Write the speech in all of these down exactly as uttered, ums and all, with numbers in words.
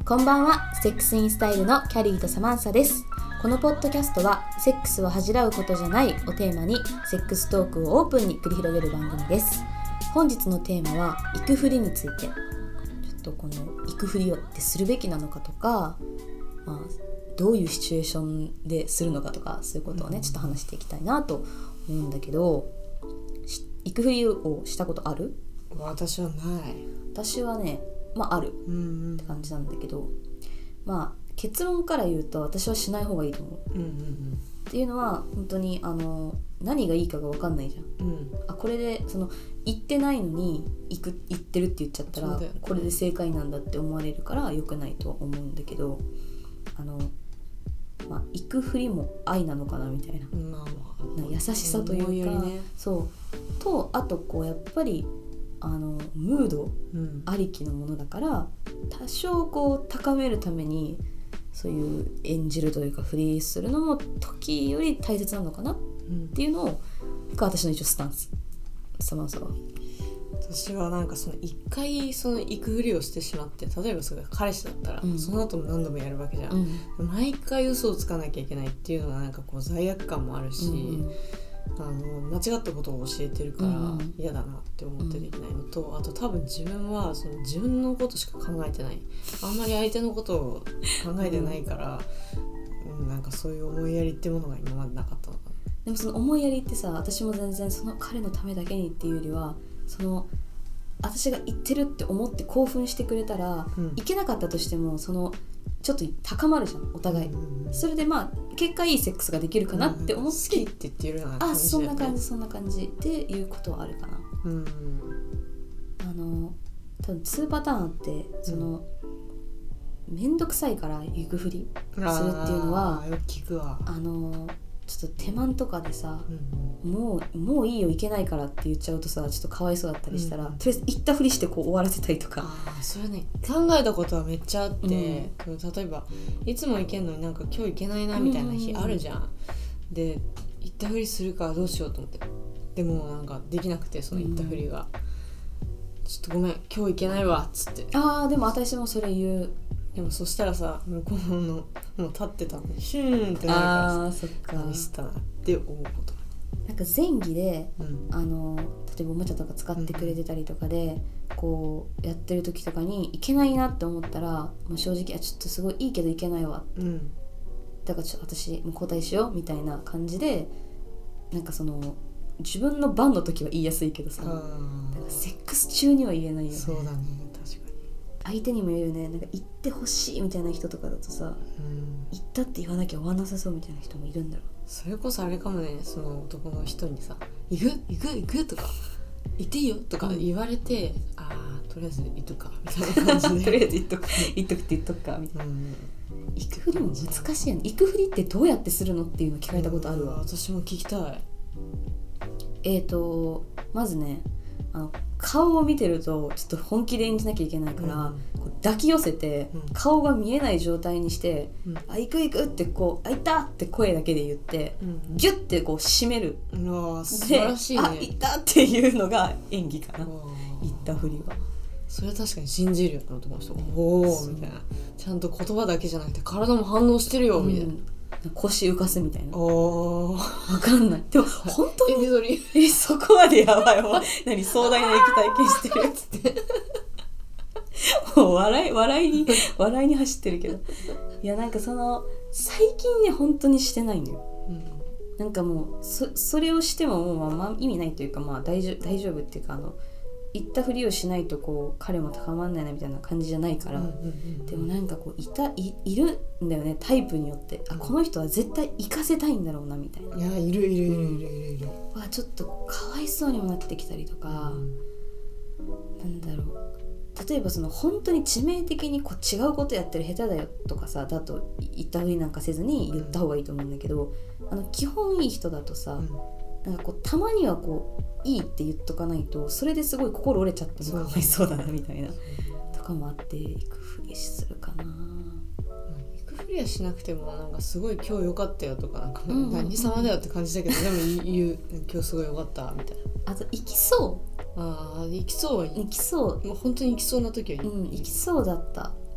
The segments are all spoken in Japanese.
こんばんは。セックスインスタイルのキャリーとサマンサです。このポッドキャストはセックスは恥じらうことじゃないをテーマにセックストークをオープンに繰り広げる番組です。本日のテーマは育フリについて、ちょっとこの育フリってするべきなのかとか、まあ、どういうシチュエーションでするのかとか、そういうことをねちょっと話していきたいなと思うんだけど、育フリをしたことある？ 私はない。 私はね、まああるって感じなんだけど、まあ結論から言うと私はしない方がいいと思う。うんうんうん、っていうのは本当にあの何がいいかが分かんないじゃん。うん、あこれでその言ってないのに行く行ってるって言っちゃったら、ね、これで正解なんだって思われるから良くないと思うんだけど、あのまあ行くふりも愛なのかなみたいな、まあまあ、優しさというか、ね、そうとあとこうやっぱりあのムードありきのものだから、うん、多少こう高めるためにそういう演じるというかフリーするのも時より大切なのかなっていうのを、うん、が私の一応スタンス。サマンサは？ 私はなんかその一回その行くふりをしてしまって、例えばそれが彼氏だったら、うん、その後も何度もやるわけじゃん、うん、毎回嘘をつかなきゃいけないっていうのがなんかこう罪悪感もあるし、うんあの間違ったことを教えてるから嫌だなって思ってできないのと、うん、あと多分自分はその自分のことしか考えてない、あんまり相手のことを考えてないから、うん、なんかそういう思いやりってものが今までなかったのかな。 でもその思いやりってさ、私も全然その彼のためだけにっていうよりは、その私が言ってるって思って興奮してくれたら、うん、いけなかったとしてもそのちょっと高まるじゃんお互い、うんうん、それでまあ結果いいセックスができるかなって思って、 うん、好きって言ってるような感じだよね。 あそんな感じそんな感じっていうことはあるかな、うん、あの多分にパターンあって、その、うん、めんどくさいから行くふりするっていうのはよく聞くわ。 あのちょっと手間とかでさ、うん、もうもういいよいけないからって言っちゃうとさ、ちょっとかわいそうだったりしたら、うん、とりあえず行ったふりしてこう終わらせたりとか。 あそれね考えたことはめっちゃあって、うん、例えばいつも行けんのになんか今日行けないなみたいな日あるじゃん、うん、で行ったふりするかどうしようと思って、でもなんかできなくて、その行ったふりが、うん、ちょっとごめん今日行けないわっつって、 あーでも私もそれ言う。 でもそしたらさ、向こうのもう立ってたのにシューンってなるからさ、 あそっかミスったなって思うこと。 なんか前儀で、うん、あの例えばおもちゃとか使ってくれてたりとかで、うん、こうやってる時とかにいけないなって思ったら、もう正直あちょっとすごいいいけどいけないわ、うん、だからちょっと私もう交代しようみたいな感じで、なんかその自分の番の時は言いやすいけどさ、だからセックス中には言えないよね。 そうだね、確かに。 相手にも言うよね。なんか言ってほしいみたいな人とかだとさ、うん、言ったって言わなきゃ終わんなさそうみたいな人もいるんだろう。 それこそあれかもね、その男の人にさ行く行く行くとか言っていいよとか言われて、うん、あーとりあえず言っとくかみたいな感じでとりあえず言っとく言っとくって言っとくかみたいな、うん、行くふりも難しいよね。行くふりってどうやってするのっていうの聞かれたことあるわ、 うん、私も聞きたい。 えーとまずね、あの顔を見てるとちょっと本気で演じなきゃいけないから、うん、こう抱き寄せて、うん、顔が見えない状態にして、うん、あ行く行くってこうあ行ったって声だけで言って、うん、ギュッてこう締める、 うわ素晴らしいね。 あ行ったっていうのが演技かな。行ったふりはそれは確かに信じるよなと思う人が、おーみたいな、ちゃんと言葉だけじゃなくて体も反応してるよみたいな、 腰浮かすみたいな。 おわかんない。でも本当にエビゾリえそこまでやばいもう何壮大な液体験してるっつってもう笑い笑いに笑いに走ってるけど、いやなんかその最近ね本当にしてないのよ、うん、なんかもう そ, それをしてももう、まあ、意味ないというか、まあ大丈夫大丈夫っていうか、あの言ったふりをしないとこう彼も高まんないなみたいな感じじゃないから、うんうんうん、でもなんかこういた い, いるんだよね、タイプによって。あこの人は絶対行かせたいんだろうなみたいな。 いやいるいるいるいるいるいる、 うん、わちょっとかわいそうにもなってきたりとか、うん、なんだろう、例えばその本当に致命的にこう違うことやってる下手だよとかさだと言ったふりなんかせずに言った方がいいと思うんだけど、あの基本いい人だとさ、うんなんかこうたまにはこういいって言っとかないと、それですごい心折れちゃってもかわいそうだなみたいなとかもあって、行くふりするかな。 行くふりはしなくてもなんかすごい今日良かったよとか、なんか何様だよって感じだけど、でも言う今日すごい良かったみたいな。 あと行きそう、 ああ行きそうは行きそう、 もう本当に行きそうな時はいい、 うん、行きそうだった。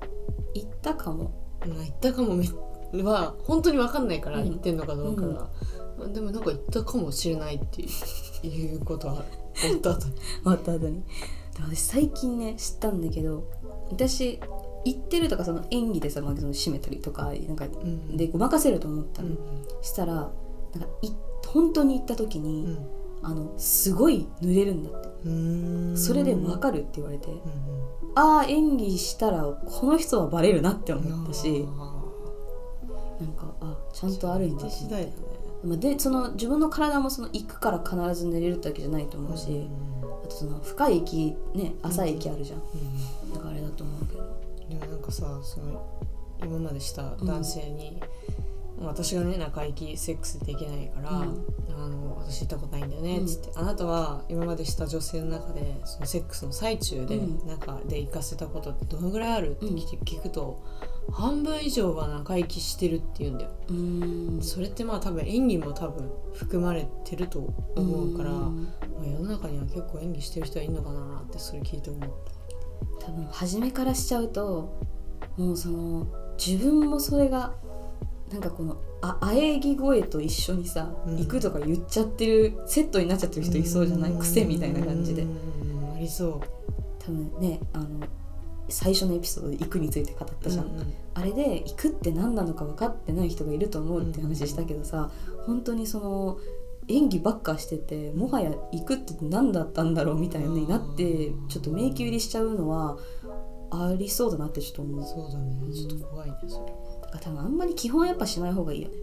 行ったかも、 まあ、行ったかもめは本当に分かんないから、行ってんのかどうかが、うん、でもなんか行ったかもしれないっていうことは終わった後に終わった後に私最近ね知ったんだけど、私行ってるとかその演技でさ、まあ、その締めたりとかなんかでごまかせると思ったの、うん、したらなんかい本当に行った時に、うん、あのすごい濡れるんだって。うーん、それで分かるって言われて、うんうん、ああ演技したらこの人はバレるなって思ったし、なんかあちゃんとあるんだって、ね、でその自分の体もその行くから必ず寝れるってわけじゃないと思うし、うんうん、あとその深い息ね浅い息あるじゃん、うんうん、だからあれだと思うけど、 でもなんかさその今までした男性に、うん、私がね中行きセックスできないから、うん、あの私行ったことないんだよねっつって、うん、あなたは今までした女性の中でそのセックスの最中で、うん、中で行かせたことってどのぐらいあるって聞くと、うん、半分以上は中行きしてるって言うんだよ。うーん、それってまあ多分演技も多分含まれてると思うから、まあ、世の中には結構演技してる人はいるのかなってそれ聞いて思った。 多分初めからしちゃうともうその自分もそれがなんかこのあ喘ぎ声と一緒にさ、うん、行くとか言っちゃってるセットになっちゃってる人いそうじゃない？癖みたいな感じで。 ありそう。 多分ねあの最初のエピソードで行くについて語ったじゃん、うんうん、あれで行くって何なのか分かってない人がいると思うって話したけどさ、うん、本当にその演技ばっかしててもはや行くって何だったんだろうみたいになってちょっと迷宮入りしちゃうのはありそうだなってちょっと思う。 そうだね、うん、ちょっと怖いねそれ。 だから多分あんまり基本やっぱしない方がいいよね。 うん、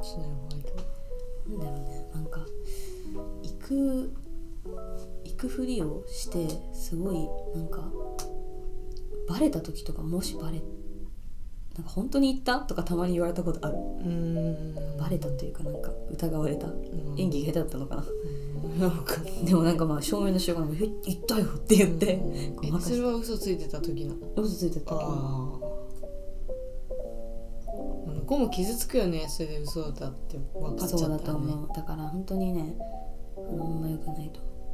しない方がいいと思う。 なんだろうね、なんか行く行くふりをしてすごいなんかバレた時とかもしバレなんか本当に行ったとかたまに言われたことある。うーん、バレたというかなんか疑われた、うん、演技が下手だったのかな、うん、でもなんかまあ証明のしようがない「行ったよ」って言って、 うん、えそれは嘘ついてた時なの？ 嘘ついてた時。 あ向こうも傷つくよね、それで嘘だって分かっちゃったらね。 そうだと思う。だから本当にねあのあんま良くないと思う。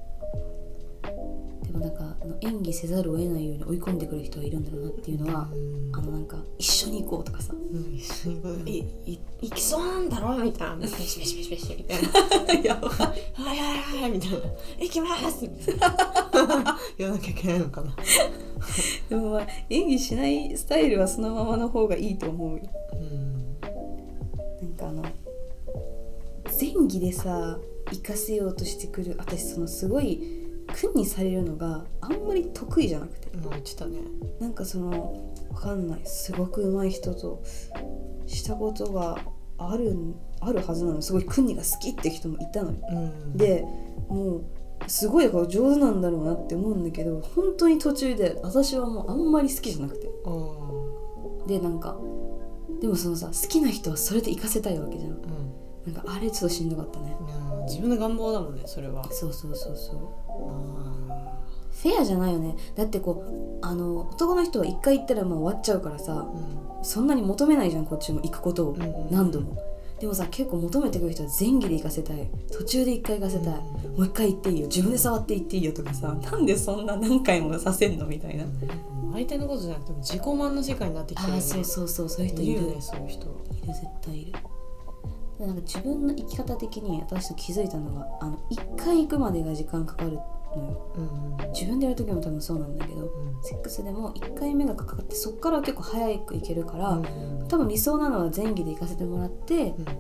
でもなんかあの演技せざるを得ないように追い込んでくる人はいるんだろうなっていうのは、うん、あのなんか一緒に行こうとかさ、 うん、一緒に行こう、いい行きそうなんだろみたいな、ペシペシペシペシみたいな、やばい、はいはいはいみたいな、行きますみたいな言わなきゃいけないのかな。 でもまあ演技しないスタイルはそのままの方がいいと思うよ。うん、なんかあの前戯でさ行かせようとしてくる私そのすごい苦にされるのがあんまり得意じゃなくて、 うん、言ってたね。 なんかそのわかんないすごく上手い人としたことがあるあるはずなの。すごい苦にが好きって人もいたのよ、うん、でもうすごい上手なんだろうなって思うんだけど本当に途中で私はもうあんまり好きじゃなくて、うん、でなんかでもそのさ好きな人はそれで行かせたいわけじゃん、うん、なんかあれちょっとしんどかったね。 うん、自分の願望だもんねそれは。 そうそうそうそう。あフェアじゃないよね。だってこうあの男の人は一回行ったらもう終わっちゃうからさ、うん、そんなに求めないじゃんこっちも行くことを何度も、うんうん、でもさ結構求めてくる人は前戯で行かせたい、途中で一回行かせたい、うん、もう一回行っていいよ、自分で触って行っていいよとかさ、なんでそんな何回もさせんのみたいな、うん、 相手のことじゃなくても自己満の世界になってきてるよね。 あそうそうそうそういう人いるいるよね。そういう人いる、絶対いる。なんか自分の生き方的に私と気づいたのがあの一回行くまでが時間かかるのよ、うんうん、自分でやる時も多分そうなんだけど、うん、セックスでもいっかいめがかかってそっからは結構早く行けるから、うんうん、多分理想なのは前戯で行かせてもらって、うん、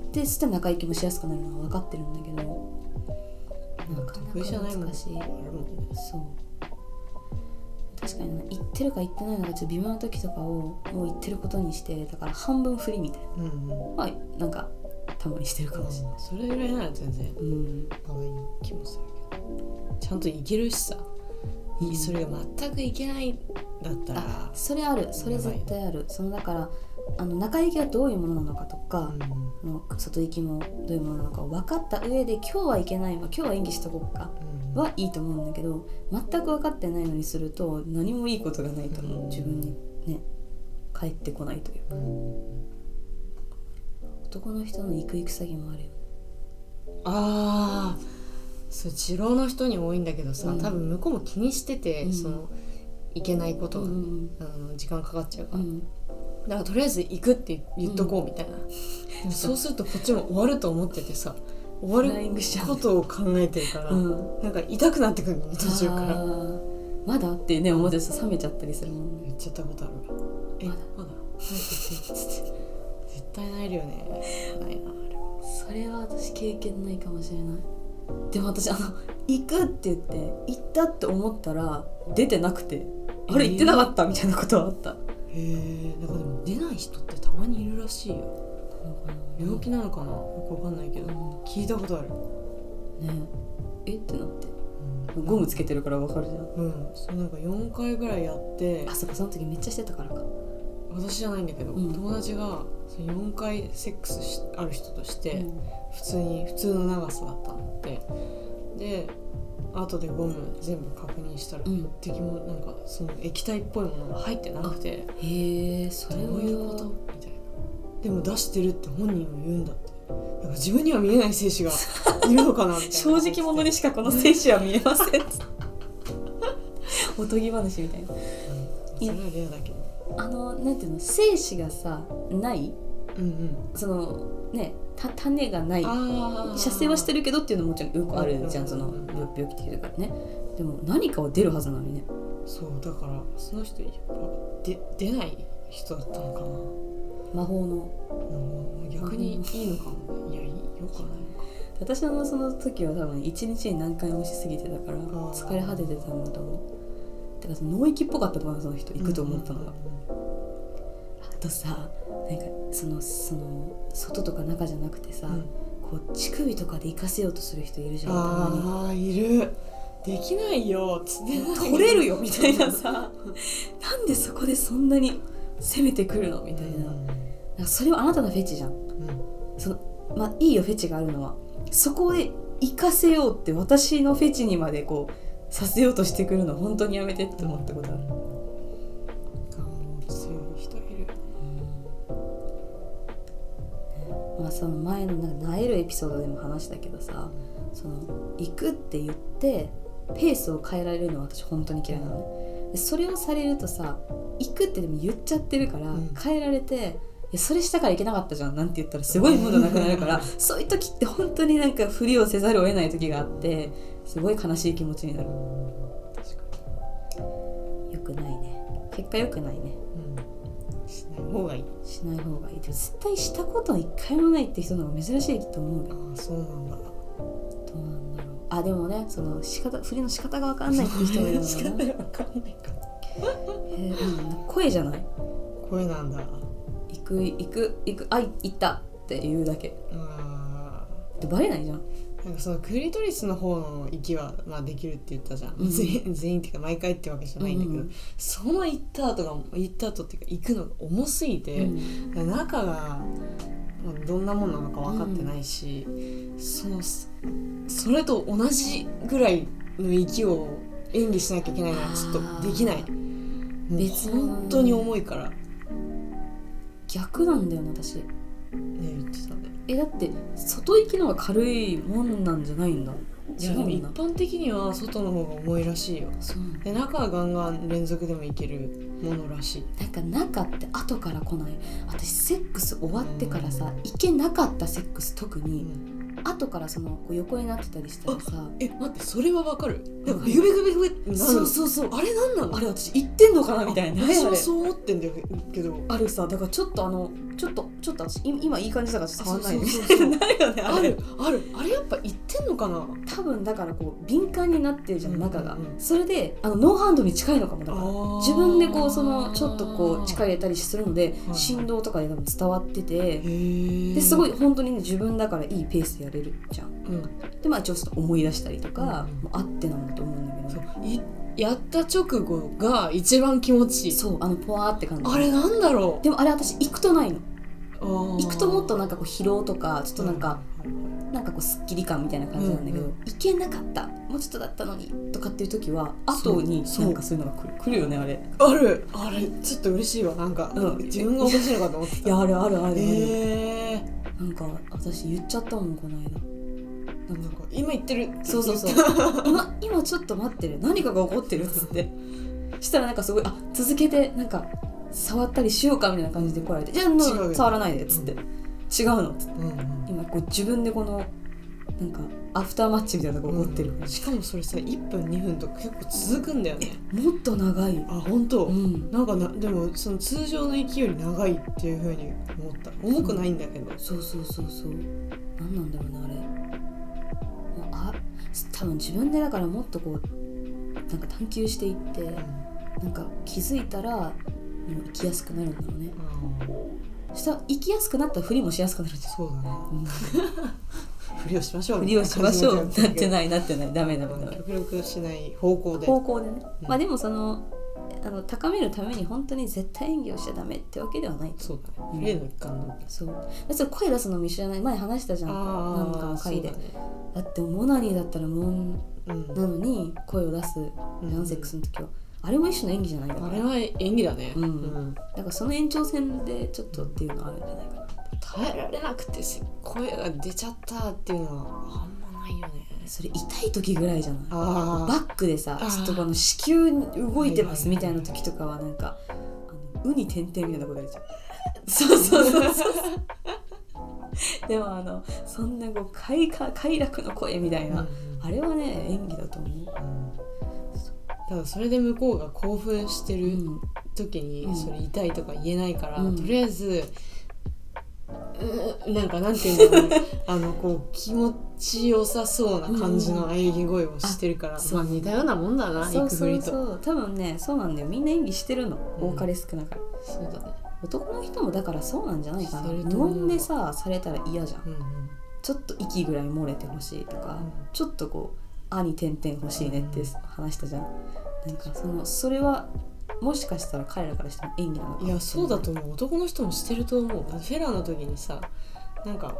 でそしたら中行きもしやすくなるのは分かってるんだけど、なかなか難しい。そう確かに、ね、行ってるか行ってないのかちょっと微妙な時とかをもう行ってることにして、だから半分フリみたいな、うんうん、まあなんかたまにしてるかもしれない、 うん、それぐらいなら全然可愛い気もするけど、ちゃんといけるしさ、うん、それが全くいけないんだったら、 あそれある、それ絶対ある。そのだからあの中行きはどういうものなのかとか、うん、外行きもどういうものなのかを分かった上で今日はいけない、まあ、今日は演技しとこうか、うん、はいいと思うんだけど全く分かってないのにすると何もいいことがないと思う、うん、自分にね返ってこないというか、うん、男の人の行く行く詐欺もあるよね。 ああ、そう治療の人に多いんだけどさ、うん、多分向こうも気にしてて、うん、そのいけないことが、うん、あの時間かかっちゃうから、うん、だからとりあえず行くって言っとこうみたいな、うん、でもそうするとこっちも終わると思っててさ終わることを考えてるから、うん、なんか痛くなってくるの途中からまだってね思ってさ冷めちゃったりするもん。 言っちゃったことある。えまだまだ早く言って絶対ないよね。ないなあれは。 それは私経験ないかもしれない。でも私あの行くって言って行ったって思ったら出てなくて、えー、あれ行ってなかったみたいなことはあった。 へえ。なんかでも出ない人ってたまにいるらしいよ。病気なのかなよくわかんないけど、うん、聞いたことあるね。えってなって、うん、ゴムつけてるからわかるじゃん。 うんそうなんかよんかいぐらいやってあそこその時めっちゃしてたからか。 私じゃないんだけど、うん、友達がよんかいセックスしある人として、うん、普通に普通の長さだったんだって。で後でゴム全部確認したら、うん、一滴もなんかその液体っぽいものが入ってなくて、 へえそれはどういうことみたいな。でも出してるって本人は言うんだって。なんか自分には見えない精子がいるのかなみたいな正直者にしかこの精子は見えませんおとぎ話みたいな、うん、 それはレアだけどあのなんていうの精子がさない、うんうん、そのねた種がない射精はしてるけどっていうのももちろんよくあるじゃん、その病気的だからね。でも何かは出るはずなのにね。 そうだからその人やっぱで出ない人だったのかな。 魔法の逆にいいのかも。いやいいよくないのか。 私のその時は多分一日に何回もしすぎてたから疲れ果ててたんだと思う。だから脳域っぽかったと思う。その人行くと思ったのが、うんうんうん、あとさなんかそのその外とか中じゃなくてさ、うん、こう乳首とかで行かせようとする人いるじゃん。 ああいる。できないよつって取れるよみたいなさなんでそこでそんなに攻めてくるのみたいな、うん、なんかそれはあなたのフェチじゃん、うん、そのまあいいよフェチがあるのはそこで行かせようって私のフェチにまでこうさせようとしてくるの本当にやめてって思ったことある。 強い人いる、 うん、まあその前のなんか萎えるエピソードでも話したけどさ、その行くって言ってペースを変えられるのは私本当に嫌いなのね。でそれをされるとさ行くってでも言っちゃってるから、うん、変えられていやそれしたからいけなかったじゃんなんて言ったらすごいムードなくなるからそういう時って本当になんかふりをせざるを得ない時があってすごい悲しい気持ちになる。確かによくないね。結果よくないね、 うん、しない方がいい。 しない方がいい。でも絶対したこと一回もないって人の方が珍しいと思うよ。 ああそうなんだ。 どうなんだろう。あでもねその仕方振りの仕方が分かんないって人もいるのかな。仕方が分かんないかえー、うん、声じゃない。 声なんだ。 行く行く行くあ行ったって言うだけ。あでバレないじゃん。 なんかそのクリトリスの方の息は、まあ、できるって言ったじゃん、うん、全員全員っていうか毎回ってわけじゃないんだけど、うんうん、その行った後が行った後っていうか行くのが重すぎて、うん、中がどんなものなのか分かってないし、うん、そのそれと同じぐらいの息を演技しなきゃいけないのはちょっとできない。もう本当に重いから。 逆なんだよな私。ね言ってたね。 えだって外行きの方が軽いもんなんじゃないんだ。 いやでも一般的には外の方が重いらしいよ。そうで中はガンガン連続でもいけるものらしい。 なんか中って後から来ない。私セックス終わってからさ行けなかったセックス特に、うん後からそのこう横になってたりしたらさえ待ってそれはわかる。なんかグビグビグビってなる。 そうそうそうあれなんなの。 あれ私言ってんのかなみたいな。 私もそう思ってんだけどあるさだからちょっとあのちょっとちょっと私今いい感じだから触んないみたいななるよね。 あるあるあれやっぱ言ってんのかな。 多分だからこう敏感になってるじゃん、うん、中が、うん、それであのノーハンドに近いのかも。だから自分でこうそのちょっとこう力入れたりするので振動とかで多分伝わっててですごい本当にね自分だからいいペースでやれるじゃん、うん、でまあちょっと思い出したりとか、うん、あってなんだと思うんだけどそういやった直後が一番気持ちいい。 そうあのポワーって感じ。 あれなんだろう。 でもあれ私行くとないの。行くともっとなんかこう疲労とかちょっとなんか、うん、なんかこうスッキリ感みたいな感じなんだけど、うんうん、行けなかったもうちょっとだったのにとかっていう時は後になんかそういうのが来る、来るよねあれ。 あるあれちょっと嬉しいわなんか、うん、自分がおかしいのかと思ってた。 いやあるあるあるある、 えー、なんか私言っちゃったもんこの間。 なんか今言ってるそうそうそう今今ちょっと待ってる何かが起こってるっつってしたらなんかすごいあ続けてなんか触ったりしようかみたいな感じで来られて、じゃあもう触らないでっつって、うん、違うのっつって、うんうん、今こう自分でこのなんかアフターマッチみたいなのが起こってる、 うん、しかもそれさいっぷんにふんとか結構続くんだよね。 もっと長い。 あ本当、 うん、 なんかなでもその通常の勢いより長いっていう風に思った。重くないんだけど、 そうそうそうそう何なんだろうねあれ。あ多分自分でだからもっとこうなんか探求していって、うん、なんか気づいたらもう生きやすくなるんだろうね。うん、そしたら生きやすくなったら振りもしやすくなるじゃん。 そうだね、うん振りをしましょう振りをしましょうなってないなってないダメだめだめ極力しない方向で方向でね、うん、まあでもそのあの高めるために本当に絶対演技をしちゃダメってわけではない。 そうだね、プレーの一環のそうだから声出すのも一緒じゃない。前話したじゃんなんかの回で だ,、ね、だってモナニーだったらモンなのに声を出すナンセックスの時は、うん、あれも一種の演技じゃないだから。 あれは演技だね、 うんうん、だからその延長線でちょっとっていうのはあるんじゃないかな。 耐えられなくて声が出ちゃったっていうのはあんまないよね。 それ痛い時ぐらいじゃない。 あバックでさちょっとこの子宮動いてますみたいな時とかはなんかあのウニ点々みたいなことやっちゃうそうそうそうそうでもあのそんなこう快快楽の声みたいな、うん、あれはね演技だと思う、うん、 ただそれで向こうが興奮してる時にそれ痛いとか言えないから、うん、とりあえずうなんかなんていうんだろうねあのこう気持ちよさそうな感じの演技声をしてるから、うん、まあ似たようなもんだな。 そうそうそう多分ねそうなんだよ。みんな演技してるの、うん、多かれ少なかれ。 そうだね。 男の人もだからそうなんじゃないかな。無音でさされたら嫌じゃん、うんうん、ちょっと息ぐらい漏れてほしいとか、うん、ちょっとこうあに点々欲しいねって話したじゃん、うん、なんかそのそれはもしかしたら彼らからしても演技なのかもしれない。 いやそうだと思う。男の人もしてると思う。フェラーの時にさなんか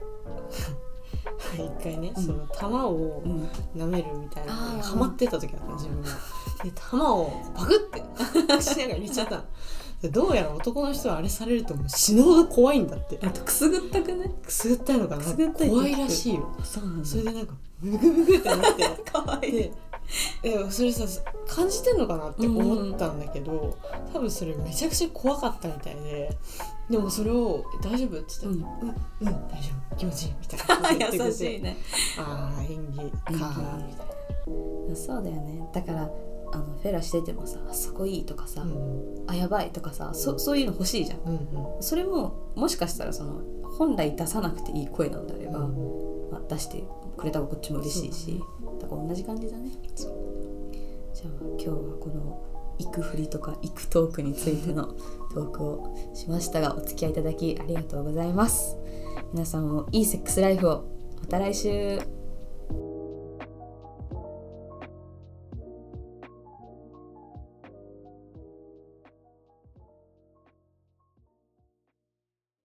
一回ね、うん、その玉を舐めるみたいなのにハマってた時だった自分が。で玉をパクって口の中に入れちゃったの。どうやら男の人はあれされるともう死ぬほど怖いんだって。 あとくすぐったくね。 くすぐったいのかな。怖いらしいよ。 そうなんだ。 それでなんかブグブグってなってかわいい。 でえそれさ感じてんのかなって思ったんだけど、うんうん、多分それめちゃくちゃ怖かったみたいで、でもそれを大丈夫って言ったら、うん、うん、うん、大丈夫気持ちいいみたいなこと言ってくれて優しいね。 ああ演技かみたいな。そうだよね。だからあのフェラしててもさあそこいいとかさ、うん、あやばいとかさ そ, そういうの欲しいじゃん、うんうん、それももしかしたらその本来出さなくていい声なんであれば、うんまあ、出してくれた方がこっちも嬉しいし、だから同じ感じだね。じゃあ今日はこのイクフリとかイクトークについてのトークをしましたがお付き合いいただきありがとうございます。皆さんもいいセックスライフを。また来週。